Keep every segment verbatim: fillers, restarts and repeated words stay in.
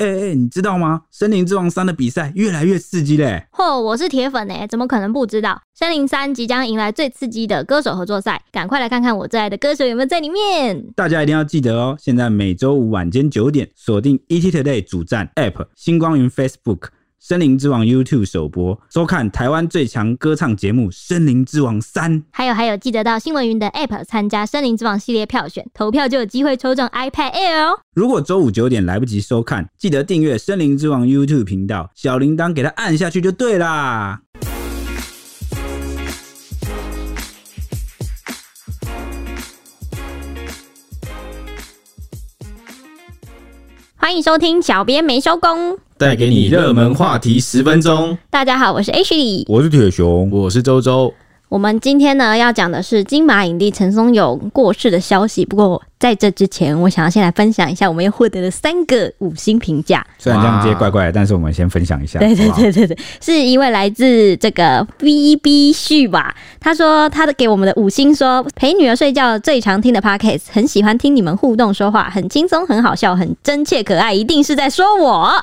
哎、欸、哎、欸，你知道吗？森林之王三的比赛越来越刺激嘞！ 嚯、哦，我是铁粉哎，怎么可能不知道？森林三即将迎来最刺激的歌手合作赛，赶快来看看我最爱的歌手有没有在里面！ 大家一定要记得哦，现在每周五晚间九点，锁定 E T Today 主站 App、星光云 Facebook、森林之王 YouTube 首播，收看台湾最强歌唱节目《森林之王三》。 还有还有，记得到新闻云的 App 参加森林之王系列票选，投票就有机会抽中 iPad Air 哦。 如果周五九点来不及收看，记得订阅森林之王 YouTube 频道，小铃铛给它按下去就对啦。 欢迎收听小编没收工， 带给你热门话题十分钟。 大家好，我是 Ashley， 我是铁熊， 我是周周。 我们今天呢要讲的是金马影帝陈松勇过世的消息，不过在这之前我想要先来分享一下我们又获得了三个五星评价。 虽然这样接怪怪的，但是我们先分享一下。 对对对对对，是一位来自这个 B B 旭吧，他说他给我们的五星说，陪女儿睡觉最常听的 Podcast， 很喜欢听你们互动说话，很轻松很好笑，很真切可爱，一定是在说我。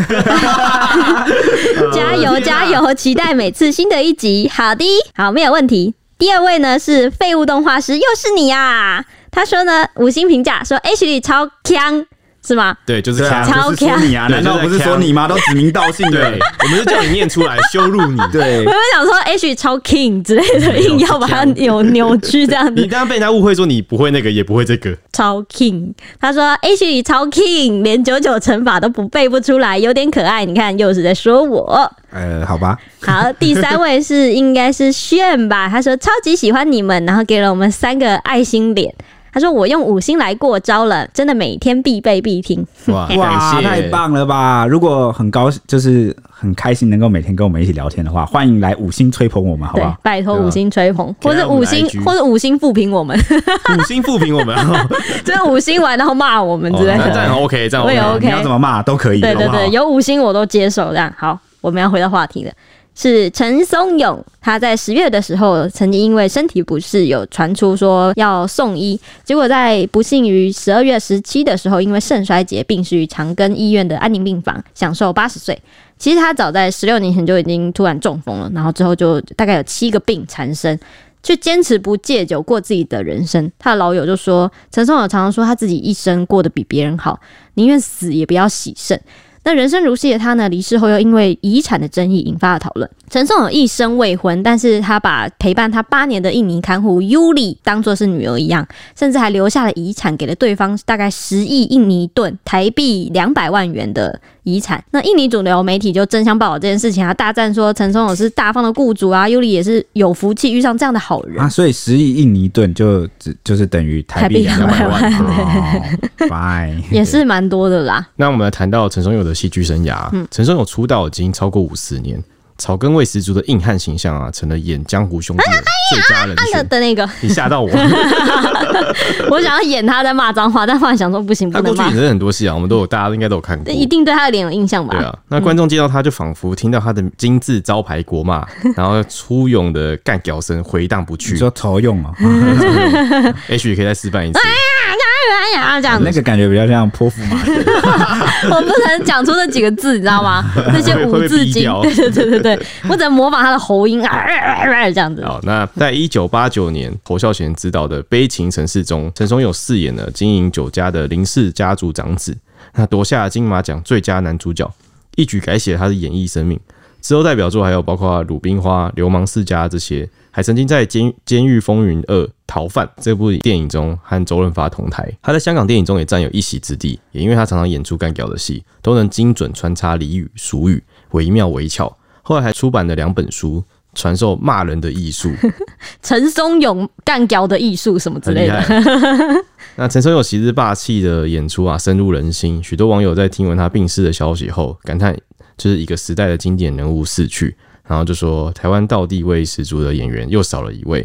加油加油，期待每次新的一集。好的，好，没有问题。第二位呢是废物动画师，又是你啊！他说呢，五星评价说 Ashley 超强，是吗？ 对，就是强， 超就是说你啊，难道不是说你吗？都指名道姓的， 对，我们就叫你念出来，羞辱你。 对， 我有想说 Ashley 超 king 之类的，硬要把它扭扭曲这样子。 你刚刚被人家误会说你不会那个，也不会这个。 超 king， 他说 Ashley 超 king， 连九九乘法都不背不出来，有点可爱。你看，又是在说我。 呃，好吧。 好，第三位是应该是炫吧，他说超级喜欢你们，然后给了我们三个爱心脸。他说我用五星来过招了，真的每天必备必听。 哇， 哇，太棒了吧！如果很高兴，就是很开心能够每天跟我们一起聊天的话，欢迎来五星吹捧我们，好不好？ 拜托五星吹捧，或者五星或者五星负评我们， 五星负评我们， 就是五星完然后骂我们之类的， 哦、这样 OK， 这样 OK，, OK， 你要怎么骂都可以。 对对对，好好有五星我都接受。这样好，我们要回到话题了。是陈松勇，他在十月的时候曾经因为身体不适有传出说要送医，结果在不幸于十二月十七的时候因为肾衰竭病逝于长庚医院的安宁病房，享受八十岁。其实他早在十六年前就已经突然中风了，然后之后就大概有七个病缠身，却坚持不戒酒过自己的人生。他的老友就说，陈松勇常常说他自己一生过得比别人好，宁愿死也不要洗肾。那人生如戏的他呢，离世后又因为遗产的争议引发了讨论。陈松勇一生未婚，但是他把陪伴他八年的印尼看护 Yuli 当作是女儿一样，甚至还留下了遗产给了对方大概十亿印尼盾，台币两百万元的遗产。那印尼主流媒体就争相报道这件事情啊，大赞说陈松勇是大方的雇主啊 ，Yuli 也是有福气遇上这样的好人啊，所以十亿印尼盾就只就是等于台币两百万， 哦、也是蛮多的啦。 那我们来谈到陈松勇的戏剧生涯，陈松勇出道已经超过五十年。草根味十足的硬汉形象啊，成了演江湖兄弟的最佳人选的那个。 你吓到我， 我想要演他在骂脏话，但后来想说不行，不能骂。 他过去演的很多戏啊，我们都有，大家应该都有看过， 一定对他的脸有印象吧？ 对啊，那观众见到他就仿佛听到他的金字招牌国骂，然后粗勇的干屌声回荡不去。 你说头用啊 ？H 也可以再示范一次。 哎呀，这样那个感觉比较像泼妇马。 我不能讲出那几个字，你知道吗？那些五字经，对对对对对，我只能模仿他的喉音啊，这样子。 好，那在一九八九年，侯孝贤执导的《悲情城市》中，陈松勇饰演了经营酒家的林氏家族长子，那夺下了金马奖最佳男主角，一举改写了他的演艺生命。之后代表作还有包括《鲁冰花》《流氓世家》这些，还曾经在监《监狱风云二逃犯》这部电影中和周润发同台。他在香港电影中也占有一席之地，也因为他常常演出干屌的戏，都能精准穿插俚语、俗语，惟妙惟肖。后来还出版了两本书，传授骂人的艺术， 陈松勇干屌的艺术什么之类的。 那陈松勇昔日霸气的演出啊，深入人心。许多网友在听闻他病逝的消息后，感叹就是一个时代的经典人物逝去，然后就说台湾道地味十足的演员又少了一位。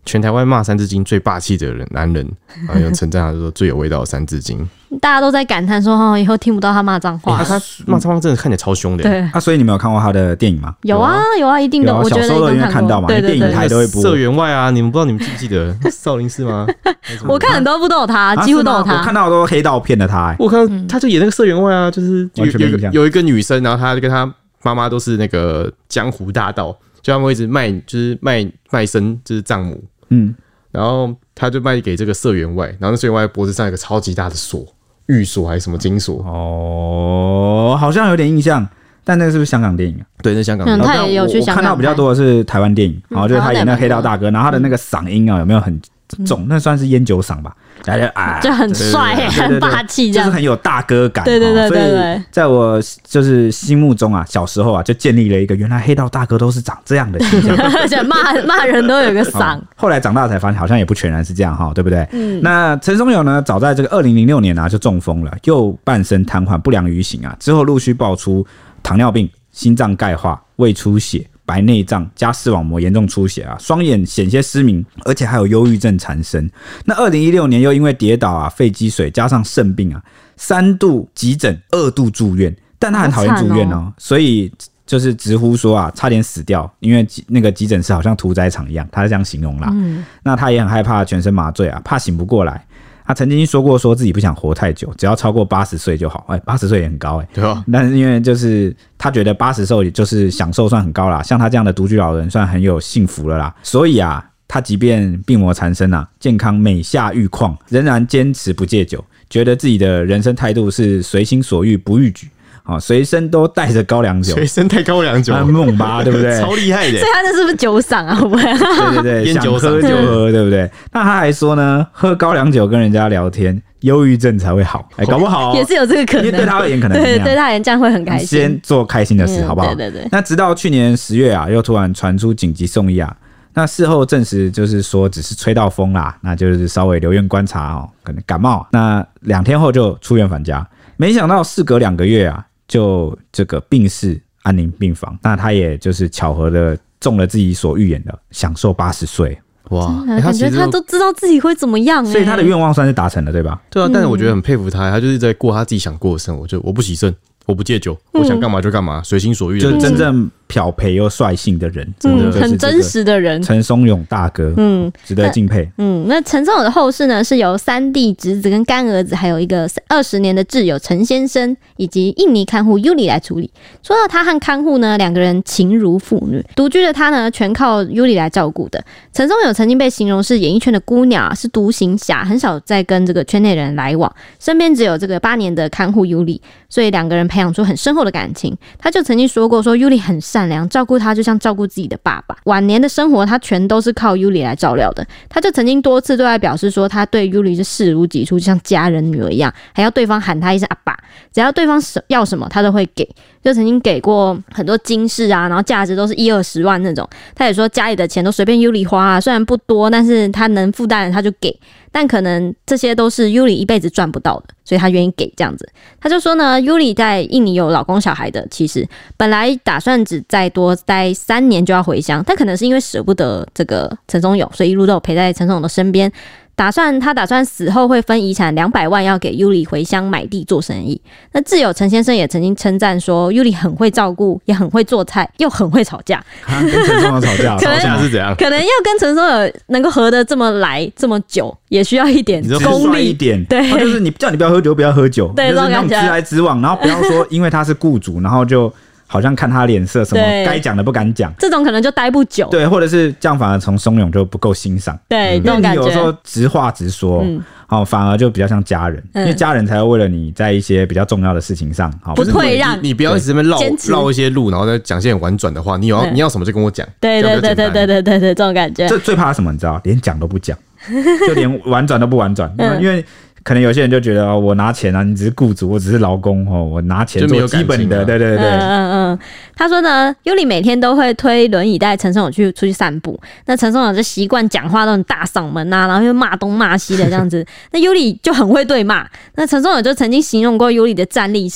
全台湾骂三字经最霸气的人男人，然后用称赞他说最有味道的三字经。 大家都在感叹说，哦，以后听不到他骂脏话。 欸、他骂脏话真的看起来超凶的。 对， 啊，所以你没有看过他的电影吗？ 有啊，有啊，一定的。 啊、 我觉得小时候都应该看到嘛， 对对对， 电影台都会播。 社员外啊，你们不知道你们记不记得少林寺吗？ 我看很多部都有他，几乎都有他。 我看到都黑道片的他、欸， 我看到他就演那个社员外啊，就是有有一个有一个女生，然后她跟她妈妈都是那个江湖大盗，就他们会一直卖，就是卖卖身，就是丈母，嗯，然后他就卖给这个社员外，然后那社员外脖子上有一个超级大的锁。玉锁还是什么金锁？ 哦，好像有点印象，但那个是不是香港电影啊？ 对，那香港电影。 嗯，他也有去香港。 我看到比较多的是台湾电影，然后、嗯、就是他演那个黑道大哥，然后他的那个嗓音啊，有没有很重？嗯、那算是烟酒嗓吧？来来啊， 就很帅，很霸气， 就是很有大哥感。 对对对对对。 所以在我就是心目中啊，小时候啊，就建立了一个原来黑道大哥都是长这样的形象， 而且骂骂人都有个嗓、哦。 后来长大才发现，好像也不全然是这样哈，对不对？嗯。那陈松勇呢，早在这个二零零六年啊就中风了，右半身瘫痪，不良于行啊。之后陆续爆出糖尿病、心脏钙化、胃出血。白内障加视网膜严重出血啊，双眼险些失明，而且还有忧郁症缠身。那二零一六年又因为跌倒啊、肺积水加上肾病啊，三度急诊，二度住院。但他很讨厌住院哦，所以就是直呼说啊，差点死掉，因为那个急诊室好像屠宰场一样，他是这样形容啦。嗯、那他也很害怕全身麻醉啊，怕醒不过来。他曾经说过，说自己不想活太久，只要超过八十岁就好。哎、欸，八十岁也很高哎、欸， 对啊。 但是因为就是他觉得八十岁就是享受算很高啦，像他这样的独居老人算很有幸福了啦。所以啊，他即便病魔缠身啊，健康每下愈况，仍然坚持不戒酒，觉得自己的人生态度是随心所欲不逾矩。哦，随身都带着高粱酒， 随身带高粱酒， 很猛吧，对不对？ 超厉害的。 所以他那是不是酒嗓啊？会不会？ 对对对，想喝就喝，对不对？那他还说呢，喝高粱酒跟人家聊天，忧郁症才会好。哎、欸，搞不好、哦、 也是有这个可能， 因为对他而言可能是对对他而言这样会很开心。 先做开心的事，嗯、好不好？ 对对对。 那直到去年十月啊，又突然传出紧急送医啊。那事后证实就是说只是吹到风啦，那就是稍微留院观察哦，可能感冒。那两天后就出院返家，没想到事隔两个月啊。就这个病逝安宁病房，那他也就是巧合的中了自己所预言的，享受八十岁。 哇， 欸、感觉他都知道自己会怎么样、欸， 所以他的愿望算是达成了，对吧？ 对啊，但是我觉得很佩服他，他就是在过他自己想过的生活，就我不洗肾，我不戒酒，我想干嘛就干嘛，随心所欲的， 就是真正漂培又率性的人，真的、 嗯、很真实的人， 陈松勇大哥，嗯，值得敬佩。 嗯，那陈松勇的后事呢，是由三弟侄子跟干儿子，还有一个二十年的挚友陈先生，以及印尼看护 Yuli 来处理。说到他和看护呢，两个人情如父女，独居的他呢，全靠 Yuli 来照顾的。陈松勇曾经被形容是演艺圈的孤鸟，是独行侠，很少在跟这个圈内人来往，身边只有这个八年的看护 Yuli， 所以两个人培养出很深厚的感情。他就曾经说过说 Yuli 很善良，照顾他就像照顾自己的爸爸。晚年的生活他全都是靠 Yuli 来照料的。他就曾经多次对外表示说，他对 Yuli 是视如己出，就像家人女儿一样，还要对方喊他一声阿爸，只要对方要什么他都会给。就曾经给过很多金饰啊，然后价值都是一二十万那种。他也说家里的钱都随便 Yuli 花啊，虽然不多，但是他能负担的他就给。但可能这些都是 Yuli 一辈子赚不到的，所以他愿意给这样子。他就说呢 ，Yuli 在印尼有老公小孩的，其实本来打算只再多待三年就要回乡，但可能是因为舍不得这个陈松勇，所以一路都有陪在陈松勇的身边。打算他打算死后会分遗产两百万要给 Yuli 回乡买地做生意。那挚友陈先生也曾经称赞说 Yuli 很会照顾，也很会做菜，又很会吵架。 啊、跟陈松勇吵架， 吵架是怎样？ 可能要跟陈松勇能够合得这么来这么久，也需要一点功力一点。 对， 他就是你叫你不要喝酒，不要喝酒， 对， 就是那种直来直往，然后不要说因为他是雇主，然后就。好像看他脸色，什么该讲的不敢讲， 这种可能就待不久。 对，或者是这样，反而从松勇就不够欣赏。 对， 嗯、 那种感觉。 有时候直话直说，嗯，好、哦，反而就比较像家人，嗯、因为家人才会为了你在一些比较重要的事情上，好不退让。 你, 你不要一直在那边绕绕一些路，然后再讲一些很婉转的话。你有你要什么就跟我讲。 对对对对对对对对，这种感觉。 这最怕什么？你知道？连讲都不讲，就连婉转都不婉转，嗯、因为。可能有些人就觉得、哦、我拿钱啊，你只是雇主，我只是劳工哦，我拿钱做基本的，对对对。 嗯嗯嗯。他说呢 ，Yuli 每天都会推轮椅带陈松勇去出去散步。那陈松勇就习惯讲话都很大嗓门啊，然后又骂东骂西的这样子。那 Yuli 就很会对骂。那陈松勇就曾经形容过 Yuli 的战力是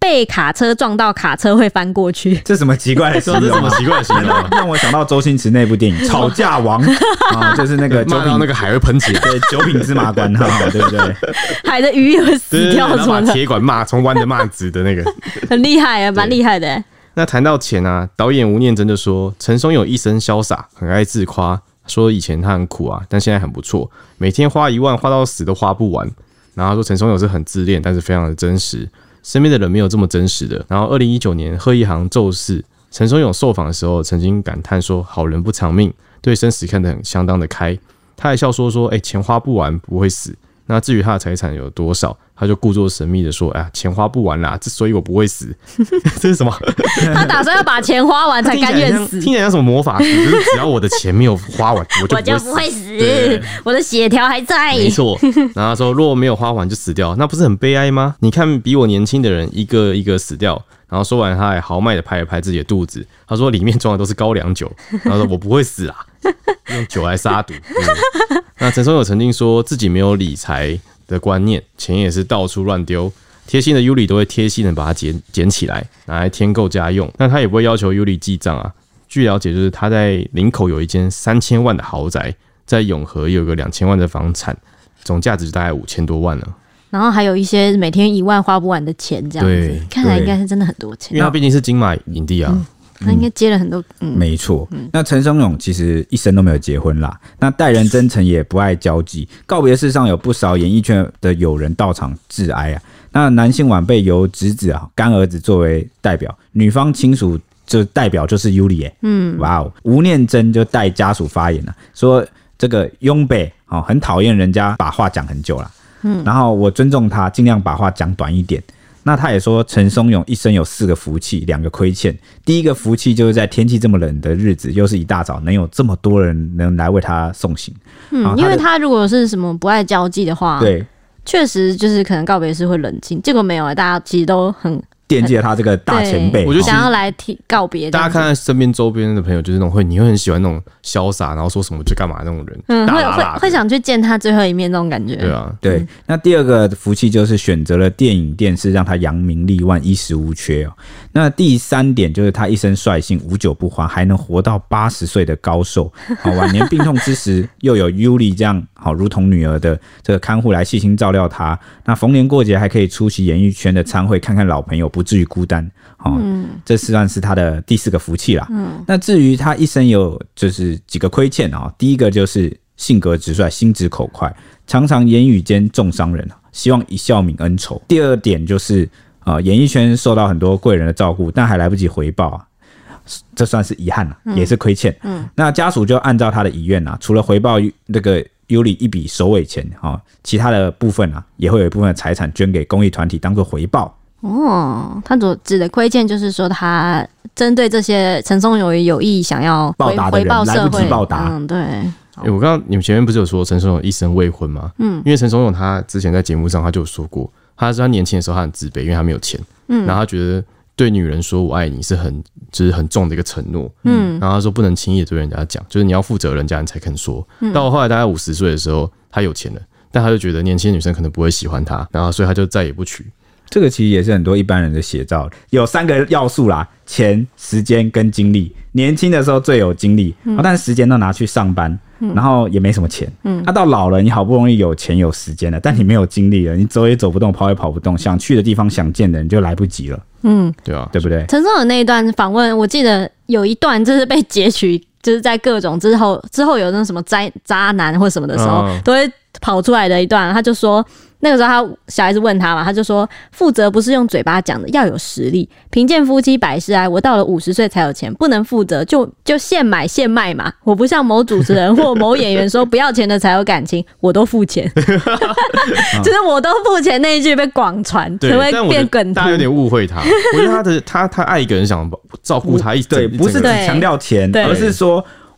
被卡车撞到卡车会翻过去。 这什么奇怪的形容？ 这什么奇怪的形容？ 让我想到周星驰那部电影《吵架王》啊，就是那个酒品骂到那个海会喷起来， 对，九品芝麻官哈，对不对？ 海的鱼有死掉什么的， 把铁管骂从弯的骂直的那个， 很厉害啊，蛮厉害的。 那谈到钱啊，导演吴念真就说，陈松勇一生潇洒，很爱自夸，说以前他很苦啊，但现在很不错，每天花一万花到死都花不完。然后他说陈松勇是很自恋，但是非常的真实，身边的人没有这么真实的。然后二零一九年贺一航骤逝，陈松勇受访的时候曾经感叹说，好人不长命，对生死看得很相当的开。他还笑说说，哎、欸，钱花不完不会死。那至于他的财产有多少，他就故作神秘的说：“哎呀，钱花不完啦，之所以我不会死。”这是什么？ 他打算要把钱花完才甘愿死， 听起来像什么魔法？就是只要我的钱没有花完，我就不会死。 我就不会死，我的血条还在。 没错。然后他说，如果没有花完就死掉，那不是很悲哀吗？你看比我年轻的人一个一个死掉。然后说完，他还豪迈的拍了拍自己的肚子，他说里面装的都是高粱酒。然后说我不会死啊，用酒来杀毒。嗯、那陈松勇曾经说自己没有理财的观念，钱也是到处乱丢。贴心的 Yuli 都会贴心的把它捡捡起来，拿来添购家用。但他也不会要求 Yuli 记账啊。据了解，就是他在林口有一间三千万的豪宅，在永和有个两千万的房产，总价值大概五千多万了。 然后还有一些每天一万花不完的钱，这样子，看来应该是真的很多钱。 因为他毕竟是金马影帝啊。嗯， 他应该接了很多，嗯， 没错。那陈松勇其实一生都没有结婚啦，那待人真诚也不爱交际，告别式上有不少演艺圈的友人到场致哀啊。那男性晚辈由侄子啊、干儿子作为代表，女方亲属就代表就是 Yuli 哎，嗯，哇哦，吴念真就代家属发言了，说这个雍北哦很讨厌人家把话讲很久啦，嗯，然后我尊重他，尽量把话讲短一点。那他也说，陈松勇一生有四个福气，两个亏欠。第一个福气就是在天气这么冷的日子，又是一大早，能有这么多人能来为他送行。 嗯，因为他如果是什么不爱交际的话， 对， 确实就是可能告别式会冷清。结果没有、欸，大家其实都很惦记了他这个大前辈， 我就想要来提告别。 大家看看身边周边的朋友，就是那种会，你会很喜欢那种潇洒，然后说什么就干嘛那种人， 嗯， 大拉拉会会会想去见他最后一面那种感觉。 对啊， 对。嗯、那第二个福气就是选择了电影电视，让他扬名立万，衣食无缺哦。那第三点就是他一生率性，无酒不欢，还能活到八十岁的高寿。好，晚年病痛之时，又有 Yuli 这样好如同女儿的这个看护来细心照料他。那逢年过节还可以出席演艺圈的餐会，看看老朋友，不至于孤单。哦，嗯、这算是他的第四个福气啦。嗯，那至于他一生有就是几个亏欠啊，第一个就是性格直率，心直口快，常常言语间重伤人，希望一笑泯恩仇。第二点就是呃，演艺圈受到很多贵人的照顾，但还来不及回报啊，这算是遗憾啊，也是亏欠。嗯，那家属就按照他的遗愿啊，除了回报那个Yuli一笔首尾钱啊，其他的部分啊，也会有一部分的财产捐给公益团体当做回报。 哦，他所指的亏欠就是说，他针对这些陈松勇有意想要报答的人， 回报社会， 来不及报答。 嗯，对。 欸、我刚刚你们前面不是有说陈松勇一生未婚吗？嗯，因为陈松勇他之前在节目上他就有说过，他说他年轻的时候他很自卑，因为他没有钱，嗯，然后他觉得对女人说我爱你是很就是很重的一个承诺，嗯，然后他说不能轻易的对人家讲，就是你要负责人家你才肯说。嗯、到后来大概五十岁的时候，他有钱了，但他就觉得年轻的女生可能不会喜欢他，然后所以他就再也不娶。 这个其实也是很多一般人的写照，有三个要素啦：钱、时间跟精力。年轻的时候最有精力，嗯、但时间都拿去上班，嗯、然后也没什么钱。嗯，啊，到老了，你好不容易有钱有时间了，但你没有精力了，你走也走不动，跑也跑不动，想去的地方、想见的人就来不及了。嗯，对啊，对不对？ 陈松勇那一段访问，我记得有一段就是被截取，就是在各种之后之后有那什么渣渣男或什么的时候，嗯、都会跑出来的一段，他就说。那个时候他小孩子问他嘛，他就说负责不是用嘴巴讲的，要有实力。贫贱夫妻百事哀，我到了五十岁才有钱，不能负责就就现买现卖嘛。我不像某主持人或某演员说不要钱的才有感情，我都付钱。就是我都付钱那一句被广传，成为变梗图。 大家有点误会他，我觉得他的他他爱一个人想照顾他一整， 对，不是只强调钱，而是说。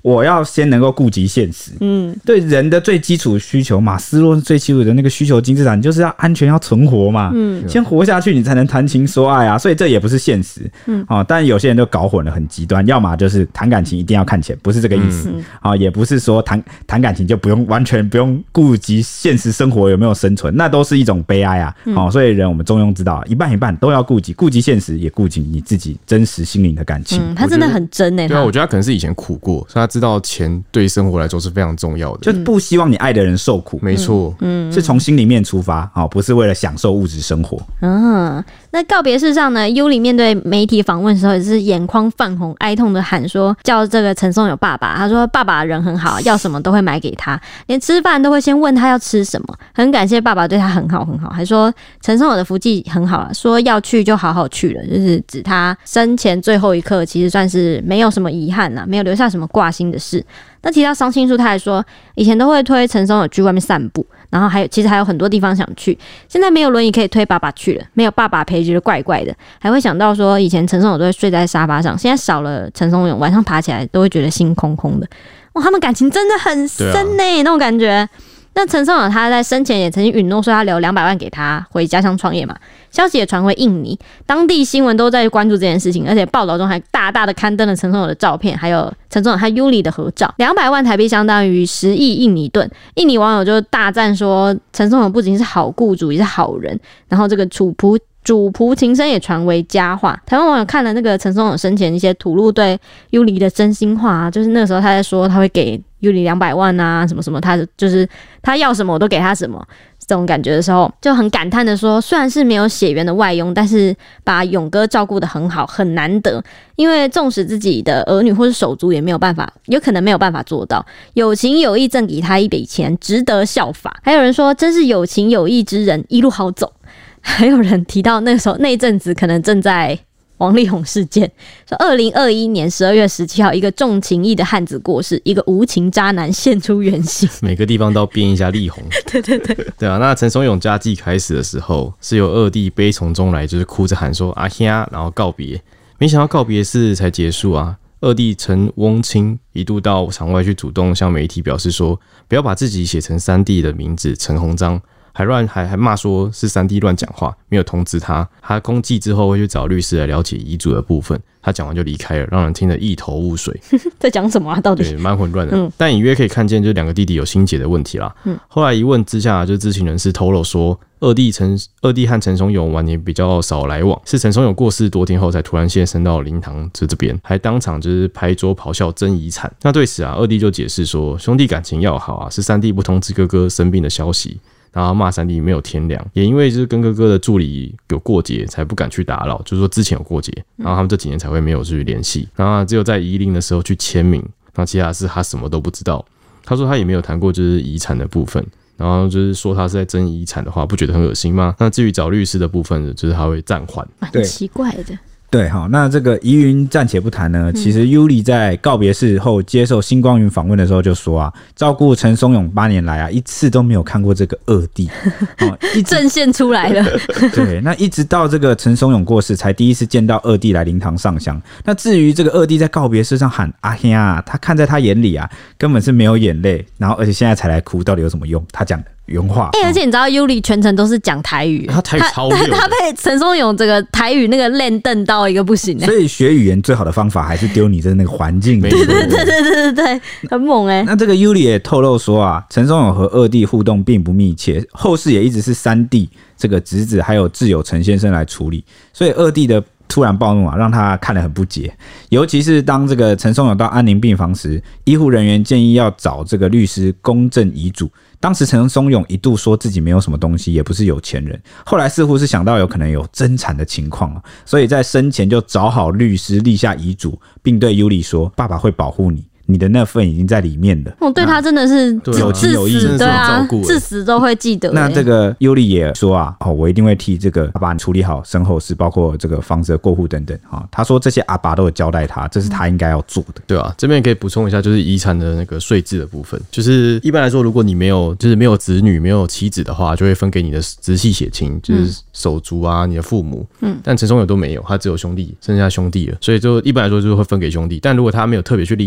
我要先能够顾及现实。嗯，对人的最基础需求，马斯洛最基础的那个需求金字塔，你就是要安全，要存活嘛。嗯，先活下去，你才能谈情说爱啊。所以这也不是现实。嗯，哦，但有些人都搞混了，很极端，要么就是谈感情一定要看钱，不是这个意思。嗯，哦，也不是说谈谈感情就不用完全不用顾及现实生活有没有生存，那都是一种悲哀啊。嗯，哦，所以人我们中庸之道，一半一半都要顾及，顾及现实，也顾及你自己真实心灵的感情。 嗯，他真的很真欸。 对啊，我觉得他可能是以前苦过，所以他知道钱对生活来说是非常重要的， 就不希望你爱的人受苦。 没错， 嗯，是从心里面出发，哦，不是为了享受物质生活。 嗯，那告别式上呢，优里面对媒体访问的时候也是眼眶泛红，哀痛的喊说叫这个陈松勇爸爸。他说爸爸人很好，要什么都会买给他，连吃饭都会先问他要吃什么，很感谢爸爸对他很好很好。还说陈松勇的福气很好了，说要去就好好去了，就是指他生前最后一刻其实算是没有什么遗憾啦，没有留下什么挂心的事。那提到伤心处，他还说以前都会推陈松勇去外面散步，然后还有其实还有很多地方想去，现在没有轮椅可以推爸爸去了，没有爸爸陪觉得怪怪的。还会想到说以前陈松勇都会睡在沙发上，现在少了陈松勇，晚上爬起来都会觉得心空空的。哇，他们感情真的很深呢，欸，那种感觉。那陈松勇他在生前也曾经允诺说他留两百万给他回家乡创业嘛，消息也传回印尼，当地新闻都在关注这件事情，而且报道中还大大的刊登了陈松勇的照片，还有陈松勇和尤里的合照。两百万台币相当于十亿印尼盾，印尼网友就大赞说陈松勇不仅是好雇主，也是好人，然后这个主仆主仆情深也传为佳话。台湾网友看了那个陈松勇生前一些吐露对尤里的真心话啊，就是那个时候他在说他会给尤里两百万啊，什么什么，他就是他要什么我都给他什么，这种感觉的时候，就很感叹的说，虽然是没有血缘的外佣，但是把勇哥照顾得很好，很难得。因为纵使自己的儿女或是手足也没有办法，有可能没有办法做到，有情有义赠给他一笔钱，值得效法。还有人说，真是有情有义之人，一路好走。还有人提到那个时候那一阵子可能正在王力宏事件，说二零二一年十二月十七号，一个重情义的汉子过世，一个无情渣男现出原形， 每个地方都要编一下力宏。 对对对， 对啊。那陈松勇家祭开始的时候，是由二弟悲从中来，就是哭着喊说阿兄，然后告别。没想到告别式才结束啊，二弟陈翁清一度到场外去主动向媒体表示说，不要把自己写成三弟的名字陈鸿章。还乱还还骂说是三弟乱讲话，没有通知他。他公祭之后会去找律师来了解遗嘱的部分。他讲完就离开了，让人听得一头雾水。 在讲什么啊？到底？ 对，蛮混乱的。嗯、但隐约可以看见，就是两个弟弟有心结的问题啦。嗯、后来一问之下，就知情人士透露说，二弟陈二弟和陈松勇晚年比较少来往，是陈松勇过世多天后才突然现身到灵堂这这边，还当场就是拍桌咆哮争遗产。那对此啊，二弟就解释说，兄弟感情要好啊，是三弟不通知哥哥生病的消息。然后骂三弟没有天良，也因为就是跟哥哥的助理有过节，才不敢去打扰，就是说之前有过节，然后他们这几年才会没有去联系，然后只有在移灵的时候去签名，然后其他事他什么都不知道。他说他也没有谈过就是遗产的部分，然后就是说他是在争遗产的话，不觉得很恶心吗？那至于找律师的部分，就是他会暂缓， 蛮奇怪的。 对，好，那这个疑云暂且不谈呢。其实尤里在告别式后接受星光云访问的时候就说啊，照顾陈松勇八年来啊，一次都没有看过这个二弟，哦，一阵线出来了。 对，那一直到这个陈松勇过世，才第一次见到二弟来灵堂上香。那至于这个二弟在告别式上喊阿兄啊，他看在他眼里啊，根本是没有眼泪，然后而且现在才来哭，到底有什么用？他讲的。原话， 哎、欸，而且你知道尤里全程都是讲台语， 他台语超溜的， 他被陈松勇这个台语那个练瞪到一个不行， 所以学语言最好的方法还是丢你在那个环境里。 对对对对对对对，很猛哎、欸。 那这个尤里也透露说啊，陈松勇和二弟互动并不密切，后事也一直是三弟这个侄子还有挚友陈先生来处理，所以二弟的突然暴怒啊，让他看得很不解。尤其是当这个陈松勇到安宁病房时，医护人员建议要找这个律师公证遗嘱。当时陈松勇一度说自己没有什么东西，也不是有钱人，后来似乎是想到有可能有争产的情况，所以在生前就找好律师立下遗嘱，并对尤里说：“爸爸会保护你。”你的那份已经在里面了。 我、哦、对他真的是有情有义， 对啊，至死都会记得。 那这个尤里也说啊，哦，我一定会替这个阿爸处理好身后事，包括这个房子的过户等等啊。他说这些阿爸都有交代他，这是他应该要做的。 对啊，这边可以补充一下，就是遗产的那个税制的部分，就是一般来说，如果你没有就是没有子女、没有妻子的话，就会分给你的直系血亲，就是手足啊、你的父母。嗯，但陈松勇都没有，他只有兄弟，剩下兄弟了，所以就一般来说就是会分给兄弟。但如果他没有特别去立遗嘱的话，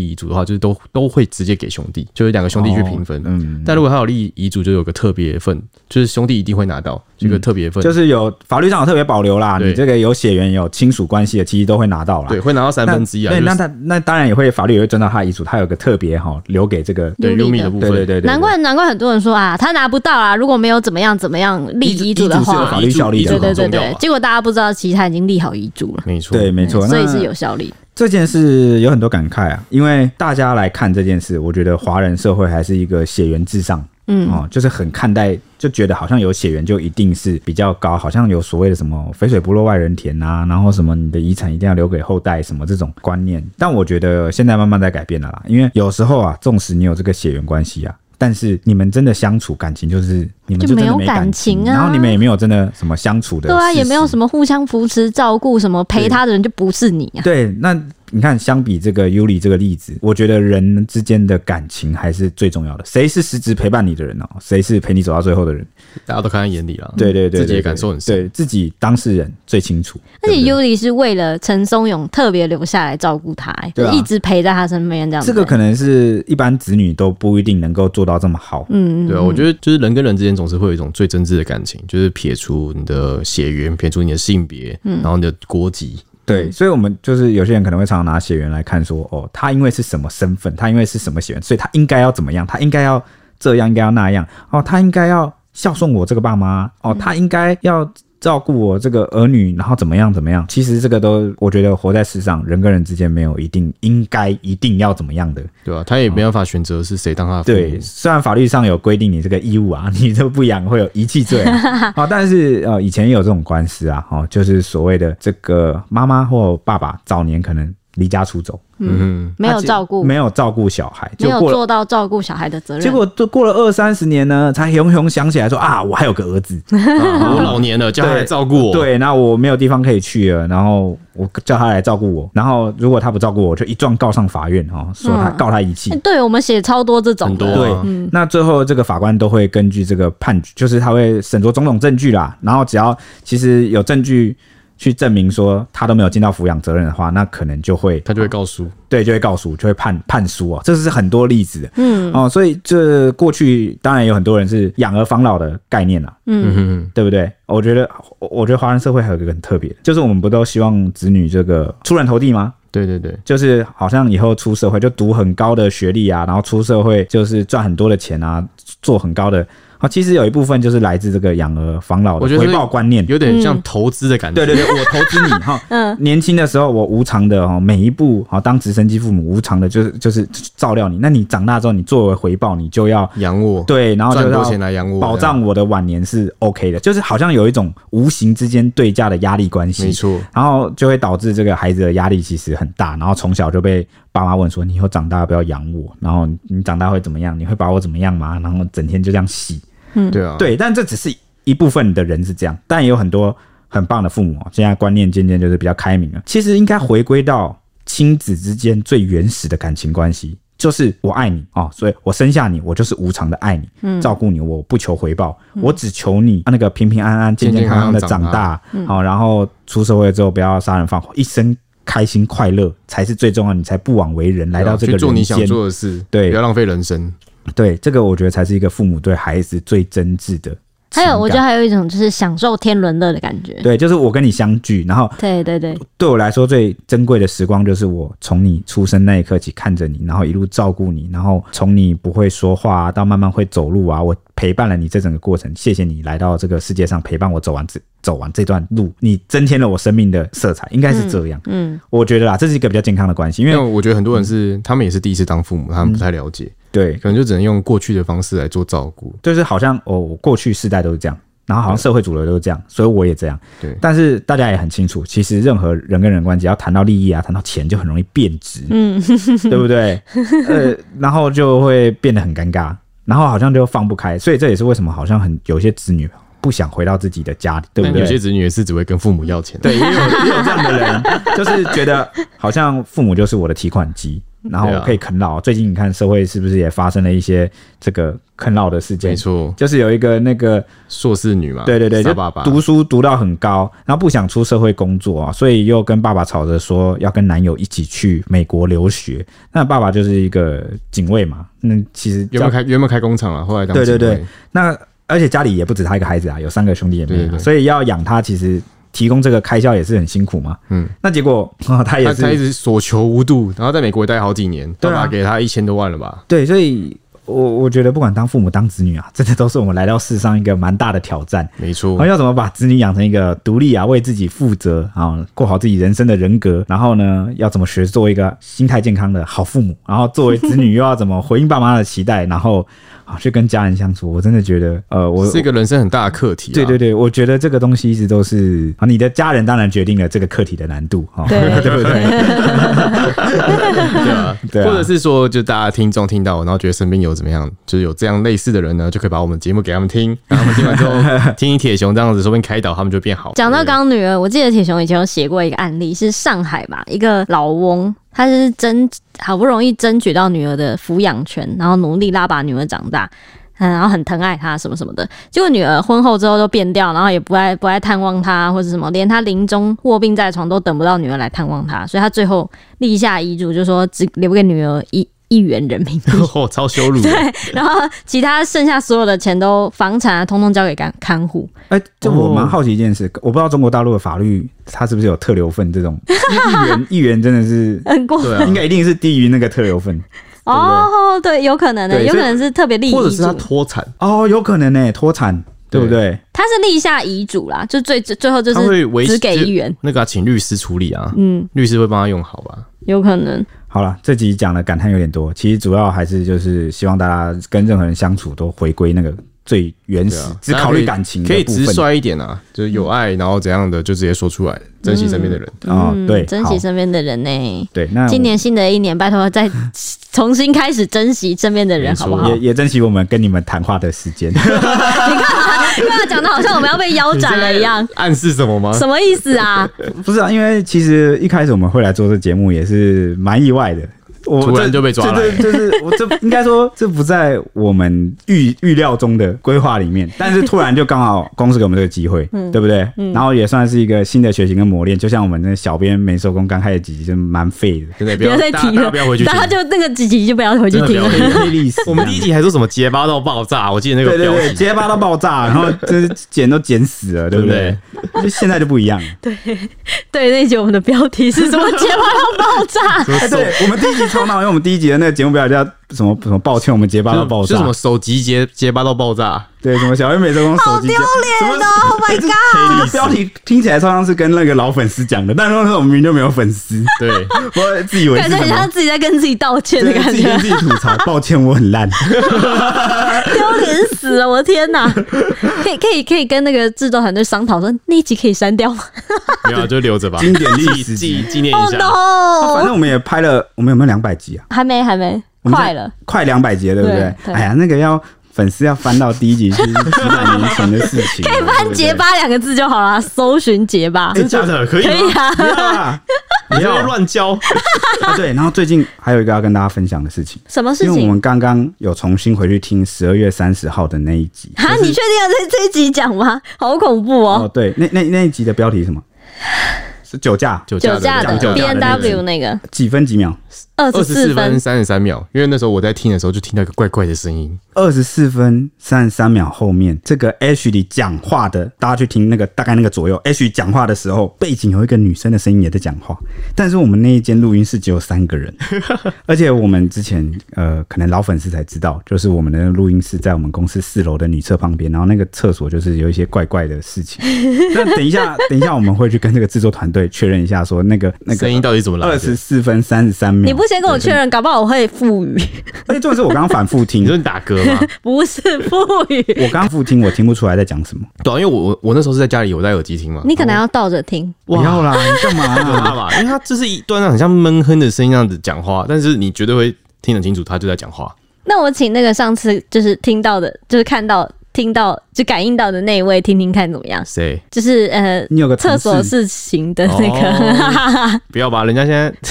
就是都都会直接给兄弟，就是两个兄弟去平分。哦、嗯，但如果他有立遗嘱，就有个特别份，就是兄弟一定会拿到这个特别份、嗯， 就是有法律上有特别保留啦。你这个有血缘、有亲属关系的，其实都会拿到啦。 对，会拿到三分之一啊。 对， 就是、 那他那当然也会法律也会遵照他的遗嘱，他有个特别哈留给这个对 Yumi 的部分。 对对 对, 对, 对， 难怪难怪很多人说啊，他拿不到啊，如果没有怎么样怎么样立遗嘱的话， 遗嘱是有法律效力的。 对对对对，结果大家不知道，其实他已经立好遗嘱了。 没错， 对，没错， 所以是有效力的。 这件事有很多感慨啊，因为大家来看这件事，我觉得华人社会还是一个血缘至上，嗯、哦，就是很看待，就觉得好像有血缘就一定是比较高，好像有所谓的什么肥水不落外人田啊，然后什么你的遗产一定要留给后代什么这种观念。但我觉得现在慢慢在改变了啦，因为有时候啊，纵使你有这个血缘关系啊，但是你们真的相处感情就是你们就真的没感情， 啊、 然后你们也没有真的什么相处的， 对啊，也没有什么互相扶持照顾，什么陪他的人就不是你啊。 对，那你看，相比这个 Yuli 这个例子，我觉得人之间的感情还是最重要的。谁是实质陪伴你的人哦？谁是陪你走到最后的人？ 大家都看在眼里了。 对对 对, 对, 对， 自己的感受很深， 对自己当事人最清楚。 而且 Yuli 是为了陈松勇特别留下来照顾他、欸， 对啊、 一直陪在他身边这样子、欸。 这个可能是一般子女都不一定能够做到这么好。 嗯， 对啊，我觉得就是人跟人之间总是会有一种最真挚的感情，就是撇除你的血缘，撇除你的性别，嗯、然后你的国籍。 对，所以我们就是有些人可能会常常拿血缘来看说，哦，他因为是什么身份，他因为是什么血缘，所以他应该要怎么样，他应该要这样，应该要那样，哦，他应该要孝顺我这个爸妈，哦，他应该要照顾我这个儿女，然后怎么样怎么样。其实这个都，我觉得活在世上，人跟人之间没有一定应该一定要怎么样的， 对吧、啊？他也没办法选择是谁当他的父母。 对，虽然法律上有规定你这个义务啊，你都不养会有遗弃罪啊，哦、但是呃以前也有这种官司啊，哦，就是所谓的这个妈妈或爸爸早年可能离家出走。 嗯，没有照顾， 没有照顾小孩， 没有做到照顾小孩的责任。 结果都过了二三十年呢，才熊熊想起来说啊，我还有个儿子， 啊、我老年了，叫他来照顾我。 对，那我没有地方可以去了，然后我叫他来照顾我，然后如果他不照顾我，就一状告上法院哦，说他告他遗弃。 嗯、对，我们写超多这种的， 很多、啊。 对、嗯，那最后这个法官都会根据这个判决，就是他会审酌种种证据啦，然后只要其实有证据去证明说他都没有尽到抚养责任的话，那可能就会他就会告诉， 对，就会告诉，就会判判输哦。这是很多例子的， 嗯哦，所以这过去当然有很多人是养儿防老的概念啦， 嗯嗯， 对不对？我觉得，我觉得华人社会还有一个很特别，就是我们不都希望子女这个出人头地吗？ 对对对， 就是好像以后出社会就读很高的学历啊，然后出社会就是赚很多的钱啊，做很高的。啊，其实有一部分就是来自这个养儿防老的回报观念， 有点像投资的感觉。 对对对，我投资你哈，嗯，年轻的时候我无偿的哈，每一步哈当直升机父母无偿的，就是就是照料你。那你长大之后，你作为回报，你就要养我， 对，然后就要赚多钱来养我， 保障我的晚年是 OK 的，就是好像有一种无形之间对价的压力关系， 没错， 然后就会导致这个孩子的压力其实很大，然后从小就被爸妈问说，你以后长大要不要养我？然后你长大会怎么样？你会把我怎么样吗？然后整天就这样洗。 嗯， 对啊， 对，但这只是一部分的人是这样，但也有很多很棒的父母，现在观念渐渐就是比较开明了。其实应该回归到亲子之间最原始的感情关系，就是我爱你哦，所以我生下你，我就是无偿的爱你，嗯、照顾你，我不求回报，嗯、我只求你那个平平安安、健健康康的长大，好、嗯哦，然后出社会之后不要杀人放火，一生开心快乐才是最重要，你才不枉为人，来到这个人间， 去做你想做的事， 对， 不要浪费人生。 对，这个我觉得才是一个父母对孩子最真挚的。 还有，我觉得还有一种就是享受天伦乐的感觉。 对，就是我跟你相聚，然后对对对， 对我来说最珍贵的时光就是我从你出生那一刻起看着你，然后一路照顾你，然后从你不会说话、啊、到慢慢会走路啊，我陪伴了你这整个过程。谢谢你来到这个世界上陪伴我走完这走完这段路，你增添了我生命的色彩，应该是这样。嗯，嗯我觉得啦，这是一个比较健康的关系，因为我觉得很多人是、嗯、他们也是第一次当父母，他们不太了解。嗯对， 可能就只能用过去的方式来做照顾， 就是好像哦，过去世代都是这样，然后好像社会主流都是这样，所以我也这样。 对， 但是大家也很清楚，其实任何人跟人关系，要谈到利益啊，谈到钱，就很容易变质，嗯，对不对？呃，然后就会变得很尴尬，然后好像就放不开，所以这也是为什么好像很有些子女不想回到自己的家里，对不对？ 有些子女也是只会跟父母要钱， 对，也有也有这样的人，就是觉得好像父母就是我的提款机。 然后可以啃老。最近你看社会是不是也发生了一些这个啃老的事件？ 没错， 就是有一个那个硕士女嘛， 对对对，就爸爸读书读到很高，然后不想出社会工作啊，所以又跟爸爸吵着说要跟男友一起去美国留学。那爸爸就是一个警卫嘛，那其实原本开原本开工厂了，后来当警卫。 对对对，那而且家里也不止他一个孩子啊，有三个兄弟姐妹、啊，对对对，所以要养他，其实提供这个开销也是很辛苦嘛。嗯，那结果、哦、他也是他, 他一直所求无度，然后在美国也待好几年， 对啊， 爸爸给他一千多万了吧？ 对，所以。我我觉得不管当父母当子女啊，真的都是我们来到世上一个蛮大的挑战。 没错， 要怎么把子女养成一个独立啊、为自己负责啊、过好自己人生的人格，然后呢，要怎么学做一个心态健康的好父母，然后作为子女又要怎么回应爸妈的期待，然后啊去跟家人相处，我真的觉得呃，我是一个人生很大的课题、啊。 对对对，我觉得这个东西一直都是啊，你的家人当然决定了这个课题的难度，哦、 对对不对？ 对啊，对啊，或者是说，就大家听众听到，然后觉得身边有怎么样，就是有这样类似的人呢，就可以把我们节目给他们听，然后他们听完之后听铁熊这样子，说不定开导他们就变好。 讲到刚刚女儿，我记得铁熊以前有写过一个案例，是上海吧，一个老翁，他是争好不容易争取到女儿的抚养权，然后努力拉拔女儿长大。嗯，然后很疼爱她什么什么的，结果女儿婚后之后都变掉，然后也不爱不爱探望她或者什么，连她临终卧病在床都等不到女儿来探望她，所以她最后立下遗嘱，就说只留给女儿一一元人民币， 哦，超羞辱。 对，然后其他剩下所有的钱都房产啊，通通交给看看护。 哎、欸，就我蛮好奇一件事，我不知道中国大陆的法律它是不是有特留份这种，一元一元真的是很过分， 应该一定是低于那个特留份。 哦，对，有可能的、欸，有可能是特别立遗嘱， 或者是他脱产哦，有可能呢、欸，脱产，对不对？ 他是立下遗嘱啦，就最最后就是只给一元， 那个、啊、请律师处理啊，嗯，律师会帮他用好吧？ 有可能。 好了，这集讲的感叹有点多，其实主要还是就是希望大家跟任何人相处都回归那个最原始，啊、只考虑感情的部分， 可以直率一点啊，就是有爱，然后怎样的就直接说出来，珍惜身边的人。 嗯、 哦，对， 珍惜身边的人呢、欸。 对，那今年新的一年，拜托再重新开始珍惜身边的人，好不好？ 也也珍惜我们跟你们谈话的时间。 你干嘛？干嘛讲的好像我们要被腰斩了一样？ 暗示什么吗？ 什么意思啊？ 不是啊，因为其实一开始我们会来做这节目也是蛮意外的。我突然就被抓来， 这就是我这应该说这不在我们预预料中的规划里面，但是突然就刚好公司给我们这个机会，嗯、对不对？嗯、然后也算是一个新的学习跟磨练，就像我们那小编没收工刚开始几集就蛮废的， 真的不要再提了， 不要回去， 大家就那个几集就不要回去听了。 我们第一集还说什么结巴到爆炸，我记得那个对对对，结巴到爆炸，然后就是剪都剪死了，对不对？就现在就不一样。 对对，那一集我们的标题是什么？结巴到爆炸。 哎，对，我们第一集超闹，因为我们第一集的那个节目标题叫什么什么？抱歉，我们结巴到爆炸， 是什么手机结结巴到爆炸？ 对，什么小妹美周公手机结， 好丢脸哦 ！Oh my god！ 这个标题听起来超像是跟那个老粉丝讲的，但是我们明明就没有粉丝， 对， 我自以为是感觉很像自己在跟自己道歉的感觉， 自己跟自己吐槽，抱歉，我很烂， 丢脸死了！我的天哪！可以可以可以跟那个制作团队商讨说那一集可以删掉吗？ 没有，就留着吧， 经典历史纪纪念一下。 Oh no！ 反正我们也拍了，我们有没有两百集啊？ 还没，还没，快了， 快两百集了，对不对？对哎呀，那个要。粉丝要翻到第一集是几百年前的事情， 可以翻结巴两个字就好了，搜寻结巴。 真的假的？可以吗？ 可以啊！ 不要啊！ 不要乱教啊！对，然后最近还有一个要跟大家分享的事情， 什么事情？ 因为我们刚刚有重新回去听十二月三十号的那一集。 哈，你确定要在这一集讲吗？好恐怖哦！ 哦，对，那那那一集的标题是什么？是酒驾， 酒驾的 B N W 那个几分几秒？ 二十四分三十三秒。因为那时候我在听的时候，就听到一个怪怪的声音。 二十四分三十三秒后面，这个 Ashley 讲话的，大家去听那个大概那个左右 ，Ashley 讲话的时候，背景有一个女生的声音也在讲话，但是我们那一间录音室只有三个人，而且我们之前呃，可能老粉丝才知道，就是我们的录音室在我们公司四楼的女厕旁边，然后那个厕所就是有一些怪怪的事情。那等一下，等一下我们会去跟这个制作团队确认一下，说那个那个声音到底怎么来的？ 二十四分三十三秒， 你不先跟我确认，搞不好我会腹语。 而且重点是我刚刚反复听， 你说你打嗝吗？ 不是腹语， 我刚刚复听，我听不出来在讲什么。 对、啊，因为我我那时候是在家里有戴耳机听嘛。 你可能要倒着听。 不要啦，你干嘛、啊？ 嘛，因为他这是一段很像闷哼的声音那样子讲话，但是你绝对会听得清楚他就在讲话。 那我请那个上次就是听到的，就是看到。听到就感应到的那一位，听听看怎么样？ 谁？ 就是呃， 你有个厕所事情的那个， 哦、不要吧，人家现在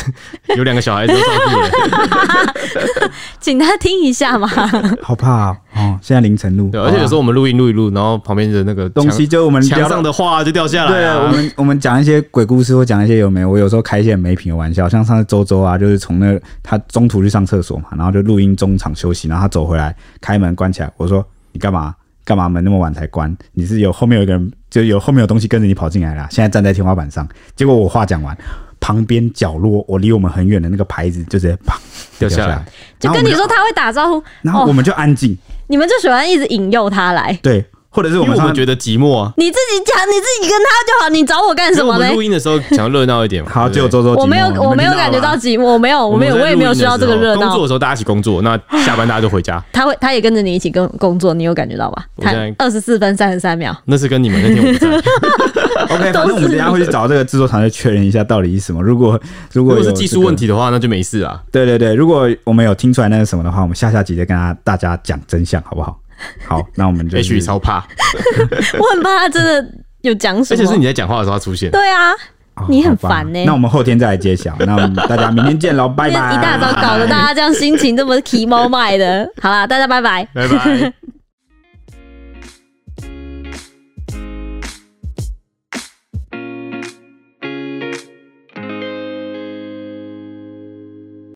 有两个小孩子都照顾了， 请他听一下嘛。 好怕哦！哦现在凌晨录， 对，而且有时候我们录音录一录，然后旁边的那个东西就我们墙上的画就掉下来、啊。 对啊，我们我们讲一些鬼故事或讲一些有没有，我有时候开一些没品的玩笑，像上次周周啊，就是从那他中途去上厕所嘛，然后就录音中场休息，然后他走回来开门关起来，我说你干嘛？干嘛门那么晚才关？你是有后面有一个人，就有后面有东西跟着你跑进来啦。现在站在天花板上，结果我话讲完，旁边角落我离我们很远的那个牌子就直接砰掉下来， 就跟你说他会打招呼， 然后我们就安静、哦， 你们就喜欢一直引诱他来， 对。或者是我们因为我们觉得寂寞啊， 你自己讲，你自己跟他就好，你找我干什么呢？ 我们录音的时候想要热闹一点嘛。 好，只有周周寂寞。 我没有，我没有感觉到寂寞，我没有，我没有，我也没有需要这个热闹。 工作的时候大家一起工作，那下班大家就回家。 他会，他也跟着你一起跟工作，你有感觉到吧？他二十四分三十三秒， 那是跟你们那天我不在。 OK， 反正我们等一下会去找这个制作团队确认一下到底是什么。如果如果、 这個、如果是技术问题的话，那就没事啊。 对对对，如果我们有听出来那是什么的话，我们下下集再跟大家讲真相，好不好？好，那我们就 H 超怕， 我很怕他真的有讲什么， 而且是你在讲话的时候他出现。 对啊，哦、你很烦呢、欸。 那我们后天再来揭晓。那我们大家明天见喽，拜拜。 一大早搞得大家这样心情这么 emo 卖的，好啦，大家拜拜， 拜拜。